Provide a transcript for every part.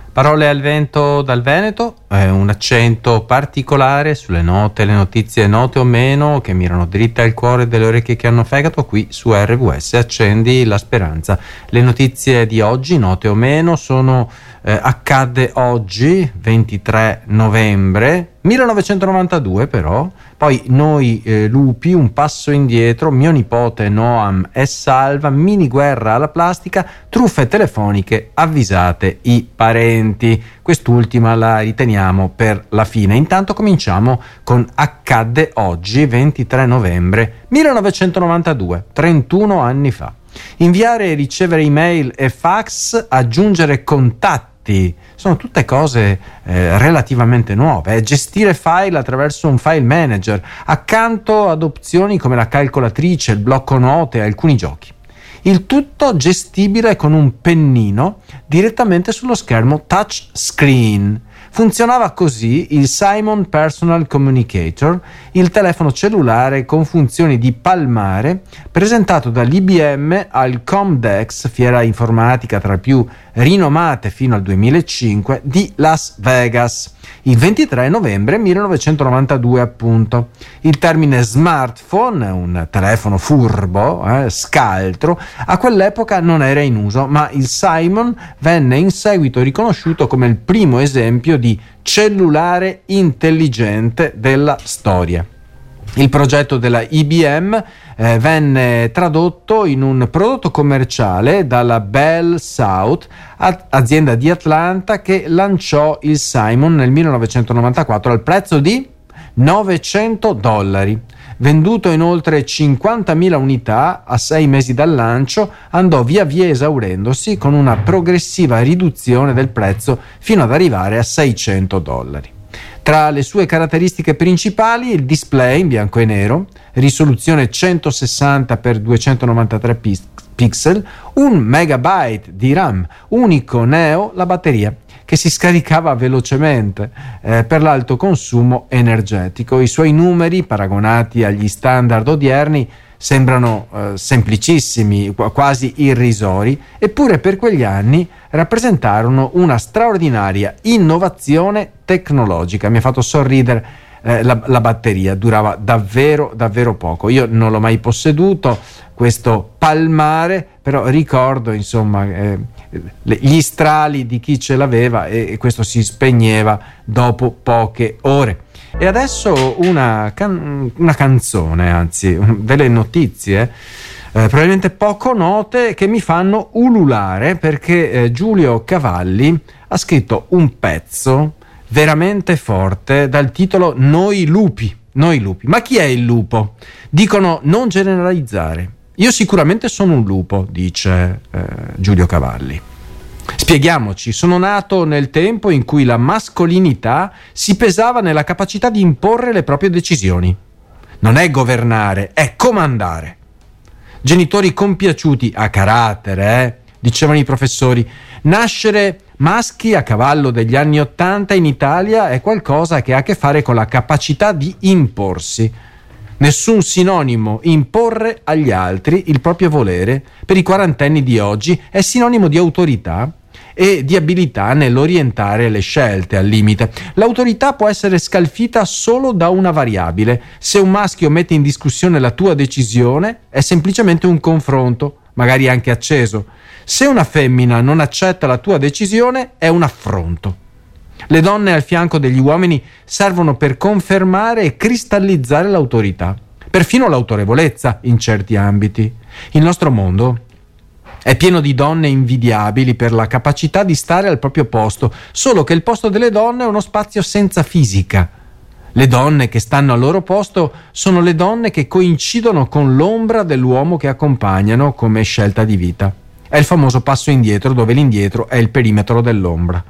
Parole al vento dal Veneto, un accento particolare sulle note, le notizie note o meno che mirano dritte al cuore delle orecchie che hanno fegato. Qui su RWS accendi la speranza. Le notizie di oggi, note o meno, sono accadde oggi, 23 novembre 1992 però. Poi noi lupi, un passo indietro, mio nipote Noam è salva, mini guerra alla plastica, truffe telefoniche, avvisate i parenti. Quest'ultima la riteniamo per la fine. Intanto cominciamo con accadde oggi, 23 novembre 1992, 31 anni fa. Inviare e ricevere email e fax, aggiungere contatti, sono tutte cose relativamente nuove. Gestire file attraverso un file manager, accanto ad opzioni come la calcolatrice, il blocco note e alcuni giochi. Il tutto gestibile con un pennino direttamente sullo schermo touch screen. Funzionava così il Simon Personal Communicator, il telefono cellulare con funzioni di palmare, presentato dall'IBM al Comdex, fiera informatica tra le più rinomate fino al 2005, di Las Vegas, il 23 novembre 1992 appunto. Il termine smartphone, un telefono furbo, scaltro, a quell'epoca non era in uso, ma il Simon venne in seguito riconosciuto come il primo esempio di cellulare intelligente della storia. Il progetto della IBM venne tradotto in un prodotto commerciale dalla Bell South, azienda di Atlanta, che lanciò il Simon nel 1994 al prezzo di $900. Venduto in oltre 50.000 unità a 6 mesi dal lancio, andò via via esaurendosi con una progressiva riduzione del prezzo fino ad arrivare a $600. Tra le sue caratteristiche principali il display in bianco e nero, risoluzione 160x293 pixel, 1 megabyte di RAM, unico neo la batteria, che si scaricava velocemente per l'alto consumo energetico. I suoi numeri, paragonati agli standard odierni, sembrano semplicissimi, quasi irrisori, eppure per quegli anni rappresentarono una straordinaria innovazione tecnologica. Mi ha fatto sorridere la batteria, durava davvero poco. Io non l'ho mai posseduto questo palmare, però ricordo insomma gli strali di chi ce l'aveva e questo si spegneva dopo poche ore. E adesso una canzone, anzi delle notizie probabilmente poco note che mi fanno ululare, perché Giulio Cavalli ha scritto un pezzo veramente forte dal titolo Noi lupi. Ma chi è il lupo? Dicono non generalizzare. Io sicuramente sono un lupo, dice Giulio Cavalli. Spieghiamoci, sono nato nel tempo in cui la mascolinità si pesava nella capacità di imporre le proprie decisioni. Non è governare, è comandare. Genitori compiaciuti a carattere, dicevano i professori. Nascere maschi a cavallo degli anni '80 in Italia è qualcosa che ha a che fare con la capacità di imporsi. Nessun sinonimo imporre agli altri il proprio volere per i quarantenni di oggi è sinonimo di autorità e di abilità nell'orientare le scelte al limite. L'autorità può essere scalfita solo da una variabile. Se un maschio mette in discussione la tua decisione, è semplicemente un confronto, magari anche acceso. Se una femmina non accetta la tua decisione, è un affronto. Le donne al fianco degli uomini servono per confermare e cristallizzare l'autorità, perfino l'autorevolezza in certi ambiti. Il nostro mondo è pieno di donne invidiabili per la capacità di stare al proprio posto, solo che il posto delle donne è uno spazio senza fisica. Le donne che stanno al loro posto sono le donne che coincidono con l'ombra dell'uomo che accompagnano come scelta di vita. È il famoso passo indietro, dove l'indietro è il perimetro dell'ombra.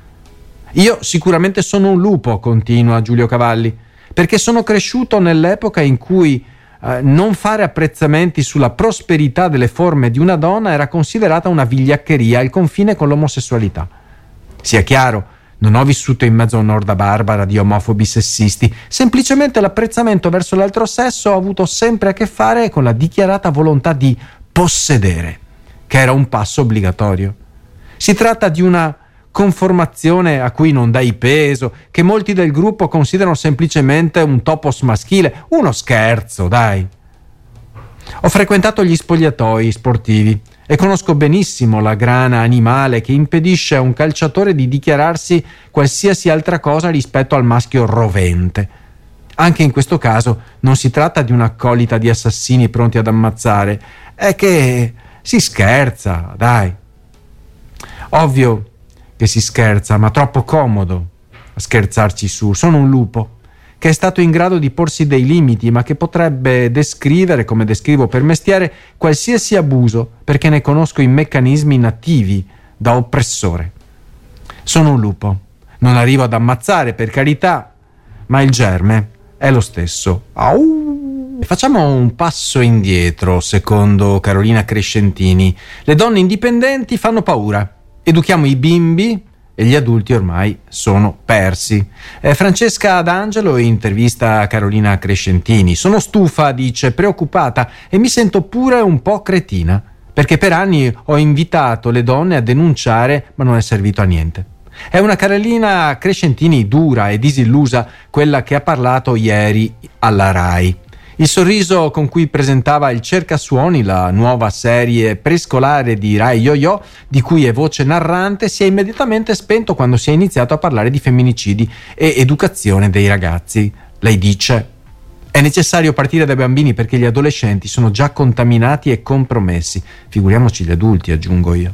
Io sicuramente sono un lupo, continua Giulio Cavalli, perché sono cresciuto nell'epoca in cui non fare apprezzamenti sulla prosperità delle forme di una donna era considerata una vigliaccheria al confine con l'omosessualità. Sia chiaro, non ho vissuto in mezzo a un'orda barbara di omofobi sessisti, semplicemente l'apprezzamento verso l'altro sesso ha avuto sempre a che fare con la dichiarata volontà di possedere, che era un passo obbligatorio. Si tratta di una conformazione a cui non dai peso, che molti del gruppo considerano semplicemente un topos maschile, uno scherzo, dai. Ho frequentato gli spogliatoi sportivi e conosco benissimo la grana animale che impedisce a un calciatore di dichiararsi qualsiasi altra cosa rispetto al maschio rovente. Anche in questo caso non si tratta di un'accolita di assassini pronti ad ammazzare, è che si scherza, dai. Ovvio che si scherza, ma troppo comodo a scherzarci su. Sono un lupo che è stato in grado di porsi dei limiti, ma che potrebbe descrivere, come descrivo per mestiere, qualsiasi abuso, perché ne conosco i meccanismi nativi da oppressore. Sono un lupo, non arrivo ad ammazzare, per carità, ma il germe è lo stesso. Au! Facciamo un passo indietro, secondo Carolina Crescentini. Le donne indipendenti fanno paura. Educhiamo i bimbi e gli adulti ormai sono persi. Francesca D'Angelo intervista Carolina Crescentini. Sono stufa, dice, preoccupata e mi sento pure un po' cretina, perché per anni ho invitato le donne a denunciare, ma non è servito a niente. È una Carolina Crescentini dura e disillusa, quella che ha parlato ieri alla Rai. Il sorriso con cui presentava il Cercasuoni, la nuova serie prescolare di Rai Yo-Yo, di cui è voce narrante, si è immediatamente spento quando si è iniziato a parlare di femminicidi e educazione dei ragazzi. Lei dice: è necessario partire dai bambini perché gli adolescenti sono già contaminati e compromessi. Figuriamoci gli adulti, aggiungo io.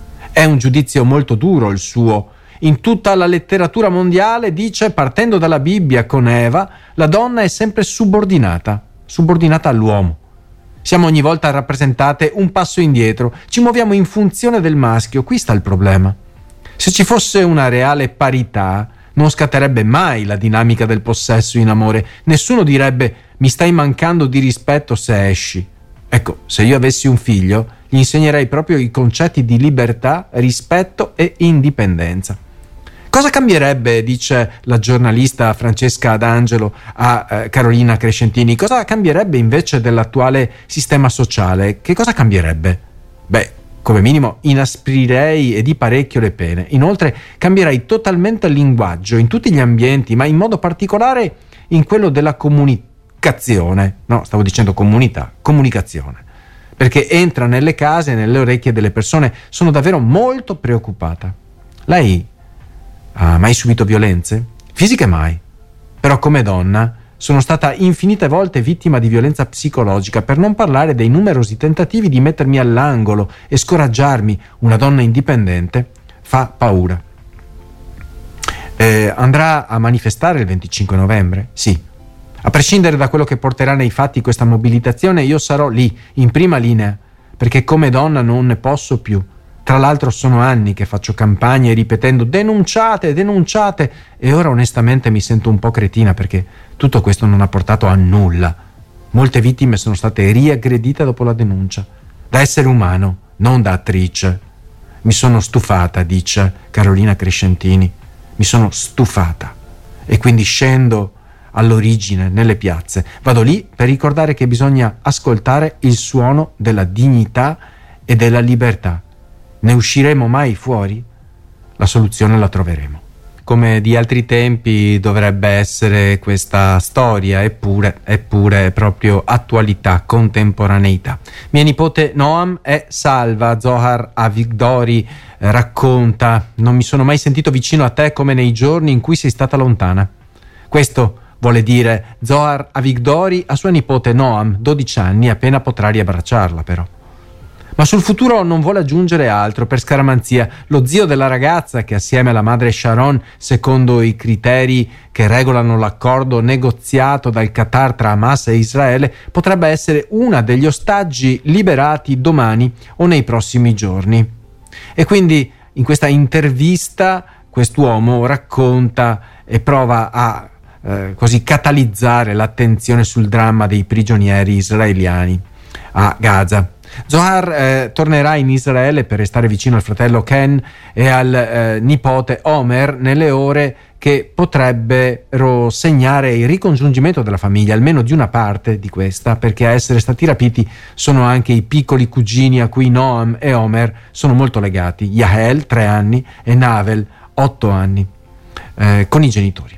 È un giudizio molto duro il suo. In tutta la letteratura mondiale, dice, partendo dalla Bibbia con Eva, la donna è sempre subordinata all'uomo. Siamo ogni volta rappresentate un passo indietro, ci muoviamo in funzione del maschio, qui sta il problema. Se ci fosse una reale parità, non scatterebbe mai la dinamica del possesso in amore, nessuno direbbe mi stai mancando di rispetto se esci. Ecco, se io avessi un figlio, gli insegnerei proprio i concetti di libertà, rispetto e indipendenza. Cosa cambierebbe, dice la giornalista Francesca D'Angelo a Carolina Crescentini, cosa cambierebbe invece dell'attuale sistema sociale? Che cosa cambierebbe? Beh, come minimo inasprirei e di parecchio le pene. Inoltre cambierei totalmente il linguaggio in tutti gli ambienti, ma in modo particolare in quello della comunicazione. No, stavo dicendo comunicazione. Perché entra nelle case e nelle orecchie delle persone. Sono davvero molto preoccupata. Lei ha mai subito violenze? Fisiche mai. Però come donna sono stata infinite volte vittima di violenza psicologica, per non parlare dei numerosi tentativi di mettermi all'angolo e scoraggiarmi. Una donna indipendente fa paura. Andrà a manifestare il 25 novembre? Sì. A prescindere da quello che porterà nei fatti questa mobilitazione, io sarò lì, in prima linea, perché come donna non ne posso più. Tra l'altro sono anni che faccio campagne ripetendo denunciate, e ora onestamente mi sento un po' cretina perché tutto questo non ha portato a nulla. Molte vittime sono state riaggredite dopo la denuncia, da essere umano, non da attrice. Mi sono stufata, dice Carolina Crescentini, mi sono stufata e quindi scendo all'origine, nelle piazze. Vado lì per ricordare che bisogna ascoltare il suono della dignità e della libertà. Ne usciremo mai fuori? La soluzione la troveremo. Come di altri tempi dovrebbe essere questa storia, eppure è proprio attualità, contemporaneità. Mia nipote Noam è salva, Zohar Avigdori racconta: non mi sono mai sentito vicino a te come nei giorni in cui sei stata lontana. Questo vuole dire Zohar Avigdori a sua nipote Noam, 12 anni, appena potrà riabbracciarla però. Ma sul futuro non vuole aggiungere altro per scaramanzia. Lo zio della ragazza, che assieme alla madre Sharon, secondo i criteri che regolano l'accordo negoziato dal Qatar tra Hamas e Israele, potrebbe essere una degli ostaggi liberati domani o nei prossimi giorni. E quindi in questa intervista quest'uomo racconta e prova a così catalizzare l'attenzione sul dramma dei prigionieri israeliani a Gaza. Zohar tornerà in Israele per restare vicino al fratello Ken e al nipote Omer nelle ore che potrebbero segnare il ricongiungimento della famiglia, almeno di una parte di questa, perché a essere stati rapiti sono anche i piccoli cugini a cui Noam e Omer sono molto legati, Yael 3 anni e Navel 8 anni, con i genitori.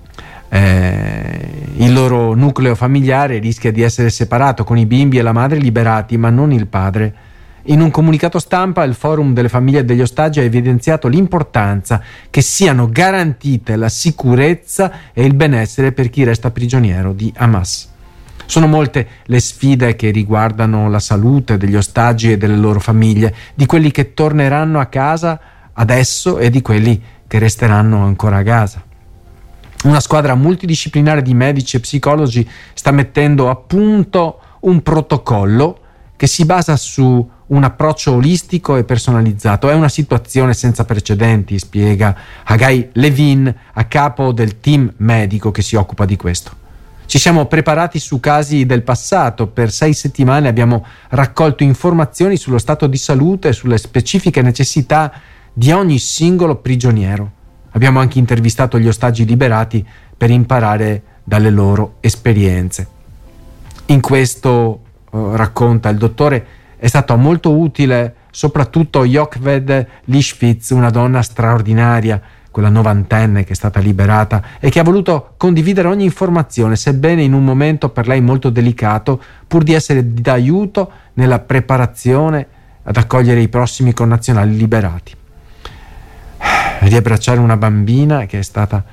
Il loro nucleo familiare rischia di essere separato, con i bimbi e la madre liberati, ma non il padre. In un comunicato stampa, il Forum delle famiglie degli ostaggi ha evidenziato l'importanza che siano garantite la sicurezza e il benessere per chi resta prigioniero di Hamas. Sono molte le sfide che riguardano la salute degli ostaggi e delle loro famiglie, di quelli che torneranno a casa adesso e di quelli che resteranno ancora a Gaza. Una squadra multidisciplinare di medici e psicologi sta mettendo a punto un protocollo che si basa su un approccio olistico e personalizzato. È una situazione senza precedenti, spiega Hagai Levin, a capo del team medico che si occupa di questo. Ci siamo preparati su casi del passato, per 6 settimane abbiamo raccolto informazioni sullo stato di salute e sulle specifiche necessità di ogni singolo prigioniero. Abbiamo anche intervistato gli ostaggi liberati per imparare dalle loro esperienze. In questo, racconta il dottore, è stato molto utile soprattutto Yochved Lishvitz, una donna straordinaria, quella novantenne che è stata liberata e che ha voluto condividere ogni informazione, sebbene in un momento per lei molto delicato, pur di essere d'aiuto nella preparazione ad accogliere i prossimi connazionali liberati. Riabbracciare una bambina che è stata,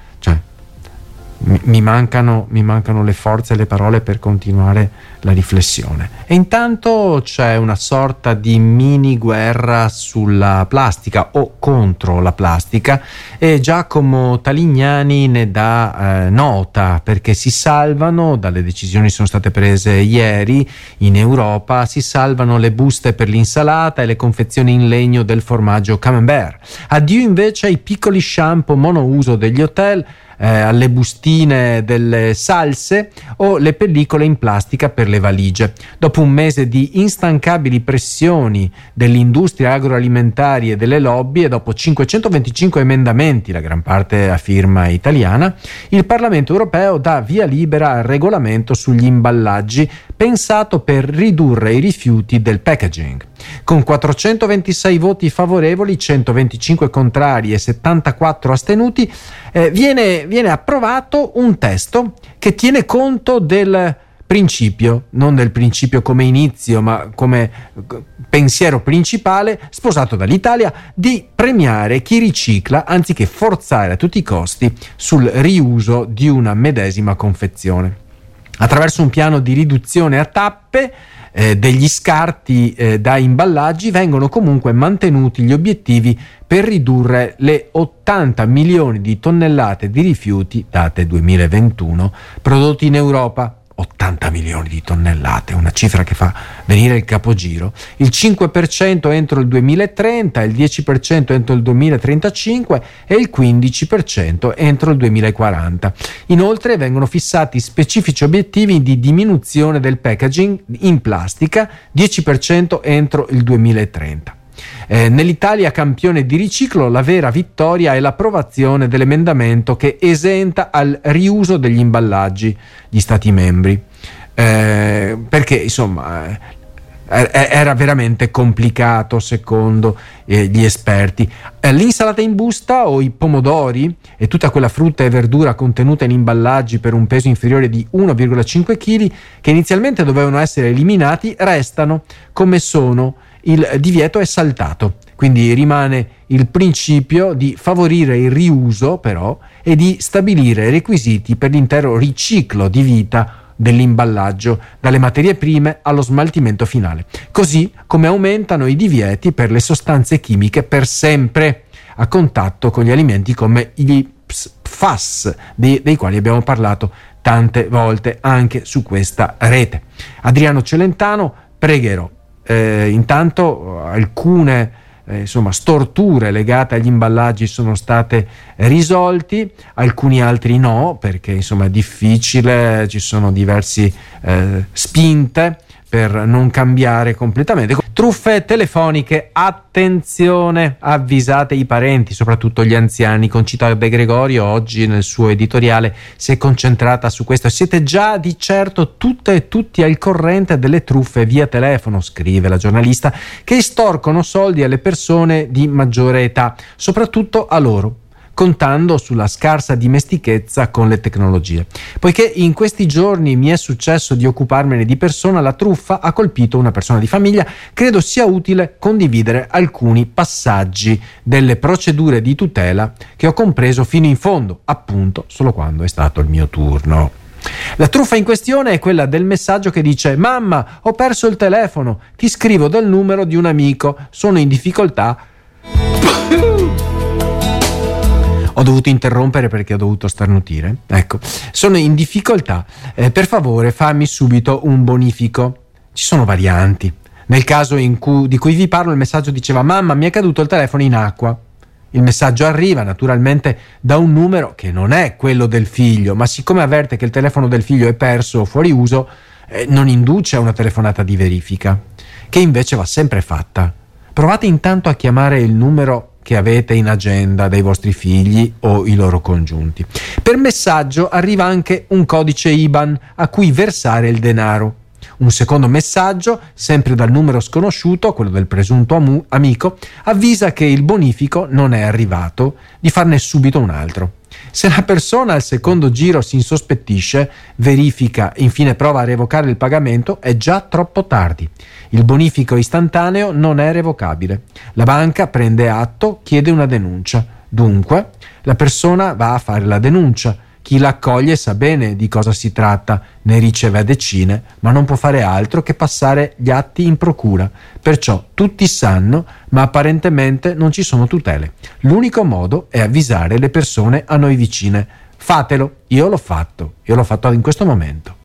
mi mancano le forze e le parole per continuare la riflessione. E intanto c'è una sorta di mini guerra sulla plastica o contro la plastica, e Giacomo Talignani ne dà nota, perché si salvano, dalle decisioni sono state prese ieri in Europa, si salvano le buste per l'insalata e le confezioni in legno del formaggio Camembert. Addio invece ai piccoli shampoo monouso degli hotel, alle bustine delle salse o le pellicole in plastica per le valigie. Dopo un mese di instancabili pressioni dell'industria agroalimentare e delle lobby, e dopo 525 emendamenti, la gran parte a firma italiana, il Parlamento europeo dà via libera al regolamento sugli imballaggi pensato per ridurre i rifiuti del packaging. Con 426 voti favorevoli, 125 contrari e 74 astenuti, viene approvato un testo che tiene conto del principio, non del principio come inizio, ma come pensiero principale sposato dall'Italia, di premiare chi ricicla anziché forzare a tutti i costi sul riuso di una medesima confezione. Attraverso un piano di riduzione a tappe degli scarti da imballaggi vengono comunque mantenuti gli obiettivi per ridurre le 80 milioni di tonnellate di rifiuti, date 2021, prodotti in Europa. 80 milioni di tonnellate, una cifra che fa venire il capogiro, il 5% entro il 2030, il 10% entro il 2035 e il 15% entro il 2040. Inoltre vengono fissati specifici obiettivi di diminuzione del packaging in plastica, 10% entro il 2030. Nell'Italia campione di riciclo, la vera vittoria è l'approvazione dell'emendamento che esenta al riuso degli imballaggi gli Stati membri, perché insomma era veramente complicato secondo gli esperti. L'insalata in busta o i pomodori e tutta quella frutta e verdura contenuta in imballaggi per un peso inferiore di 1,5 kg, che inizialmente dovevano essere eliminati, restano come sono. Il divieto è saltato, quindi rimane il principio di favorire il riuso però e di stabilire requisiti per l'intero riciclo di vita dell'imballaggio, dalle materie prime allo smaltimento finale, così come aumentano i divieti per le sostanze chimiche per sempre a contatto con gli alimenti, come gli PFAS, dei quali abbiamo parlato tante volte anche su questa rete. Adriano Celentano, pregherò. Intanto alcune storture legate agli imballaggi sono state risolti, alcuni altri no, perché insomma è difficile, ci sono diversi spinte per non cambiare completamente. Truffe telefoniche, attenzione, avvisate i parenti, soprattutto gli anziani. Concita De Gregorio oggi nel suo editoriale si è concentrata su questo. Siete già di certo tutte e tutti al corrente delle truffe via telefono, scrive la giornalista, che estorcono soldi alle persone di maggiore età, soprattutto a loro, contando sulla scarsa dimestichezza con le tecnologie. Poiché in questi giorni mi è successo di occuparmene di persona, la truffa ha colpito una persona di famiglia, credo sia utile condividere alcuni passaggi delle procedure di tutela che ho compreso fino in fondo, appunto solo quando è stato il mio turno. La truffa in questione è quella del messaggio che dice: mamma, ho perso il telefono, ti scrivo dal numero di un amico, sono in difficoltà. Ho dovuto interrompere perché ho dovuto starnutire. Ecco, sono in difficoltà. Per favore, fammi subito un bonifico. Ci sono varianti. Nel caso di cui vi parlo, il messaggio diceva: mamma, mi è caduto il telefono in acqua. Il messaggio arriva naturalmente da un numero che non è quello del figlio, ma siccome avverte che il telefono del figlio è perso o fuori uso, non induce a una telefonata di verifica, che invece va sempre fatta. Provate intanto a chiamare il numero che avete in agenda dei vostri figli o i loro congiunti. Per messaggio arriva anche un codice IBAN a cui versare il denaro. Un secondo messaggio, sempre dal numero sconosciuto, quello del presunto amico, avvisa che il bonifico non è arrivato, di farne subito un altro. Se la persona al secondo giro si insospettisce, verifica e infine prova a revocare il pagamento, è già troppo tardi. Il bonifico istantaneo non è revocabile. La banca prende atto, chiede una denuncia. Dunque, la persona va a fare la denuncia. Chi l'accoglie sa bene di cosa si tratta, ne riceve a decine, ma non può fare altro che passare gli atti in procura. Perciò tutti sanno, ma apparentemente non ci sono tutele. L'unico modo è avvisare le persone a noi vicine. Fatelo, io l'ho fatto in questo momento.